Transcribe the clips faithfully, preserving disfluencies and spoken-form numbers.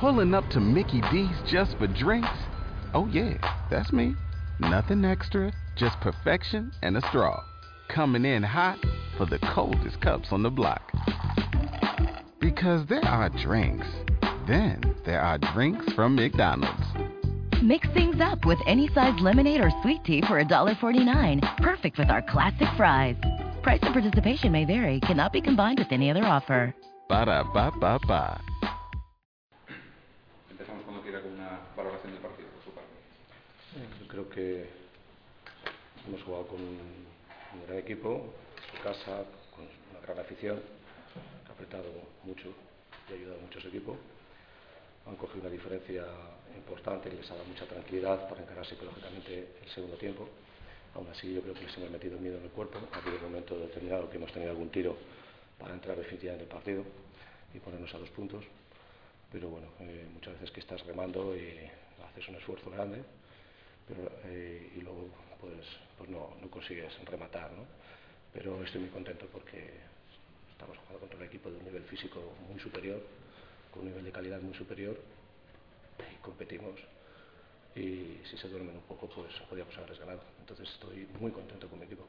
Pulling up to Mickey D's just for drinks? Oh yeah, that's me. Nothing extra, just perfection and a straw. Coming in hot for the coldest cups on the block. Because there are drinks. Then there are drinks from McDonald's. Mix things up with any size lemonade or sweet tea for one forty-nine. Perfect with our classic fries. Price and participation may vary. Cannot be combined with any other offer. Ba-da-ba-ba-ba. Empezamos cuando quiera con una valoración del partido, por su parte. Yo creo que hemos jugado con un gran equipo, en su casa, con una gran afición, que ha apretado mucho y ha ayudado mucho a su equipo. Han cogido una diferencia importante y les ha dado mucha tranquilidad para encarar psicológicamente el segundo tiempo. Aún así, yo creo que les hemos metido miedo en el cuerpo. Ha habido un momento determinado que hemos tenido algún tiro para entrar definitivamente en el partido y ponernos a dos puntos. Pero bueno, eh, muchas veces que estás remando y haces un esfuerzo grande, pero, eh, y luego pues, pues no, no consigues rematar, ¿no? Pero estoy muy contento porque estamos jugando contra un equipo de un nivel físico muy superior, con un nivel de calidad muy superior, y competimos, y si se duermen un poco pues podríamos haberles ganado. Entonces estoy muy contento con mi equipo.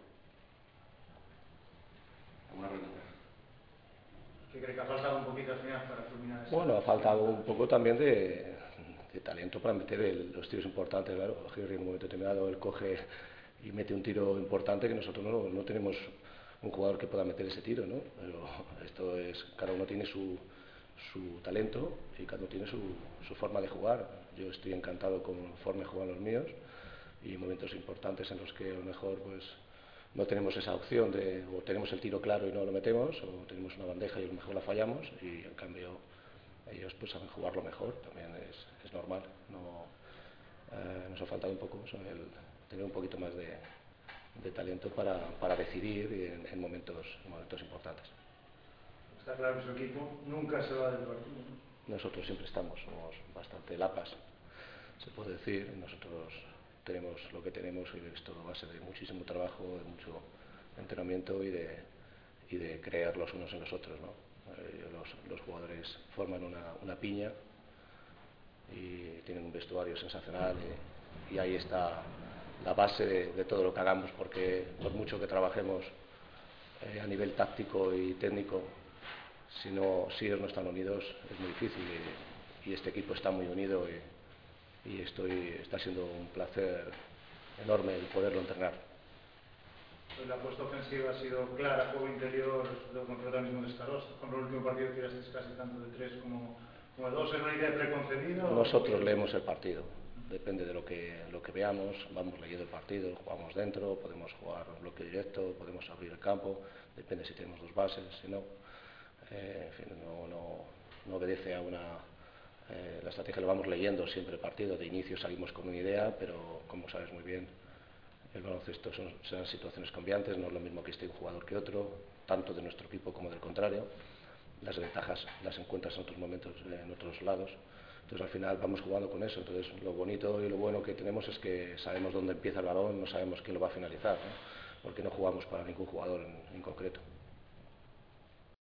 ¿Alguna pregunta? ¿Qué cree que ha faltado un poquito al final para culminar eso? Bueno, ha faltado un poco también de, de talento para meter el, los tiros importantes, claro. Henry en un momento determinado él coge y mete un tiro importante que nosotros no, no tenemos un jugador que pueda meter ese tiro, ¿no? Pero esto es, cada uno tiene su, su talento y cada uno tiene su, su forma de jugar. Yo estoy encantado conforme juegan los míos y momentos importantes en los que a lo mejor pues no tenemos esa opción de, o tenemos el tiro claro y no lo metemos, o tenemos una bandeja y a lo mejor la fallamos, y en cambio ellos pues saben jugarlo mejor, también es, es normal. No, eh, nos ha faltado un poco eso, el tener un poquito más de, de talento para, para decidir en, en, momentos, en momentos importantes. Está claro que su equipo nunca se va del partido, ¿no? Nosotros siempre estamos, somos bastante lapas, se puede decir. Nosotros tenemos lo que tenemos y es todo a base de muchísimo trabajo, de mucho entrenamiento y de, y de creer los unos en los otros, ¿no? Eh, los, los jugadores forman una, una piña y tienen un vestuario sensacional, y, y ahí está la base de, de todo lo que hagamos, porque por mucho que trabajemos eh, a nivel táctico y técnico, si, no, si ellos no están unidos es muy difícil, y, y este equipo está muy unido, y, y estoy, está siendo un placer enorme el poderlo entrenar. Pues la apuesta ofensiva ha sido clara, juego interior, con protagonismo de Escarosa. Con el último partido tirasteis casi tanto de tres como, como de dos. ¿Es una idea preconcebida? Nosotros o... leemos el partido, depende de lo que, lo que veamos, vamos leyendo el partido, jugamos dentro, podemos jugar bloque directo, podemos abrir el campo, depende si tenemos dos bases, si no. Eh, en fin, no, no, no obedece a una... Eh, la estrategia la vamos leyendo siempre el partido, de inicio salimos con una idea, pero como sabes muy bien, el baloncesto son, son situaciones cambiantes, no es lo mismo que esté un jugador que otro, tanto de nuestro equipo como del contrario. Las ventajas las encuentras en otros momentos, en otros lados. Entonces al final vamos jugando con eso. Entonces lo bonito y lo bueno que tenemos es que sabemos dónde empieza el balón, no sabemos quién lo va a finalizar, ¿no? Porque no jugamos para ningún jugador en, en concreto.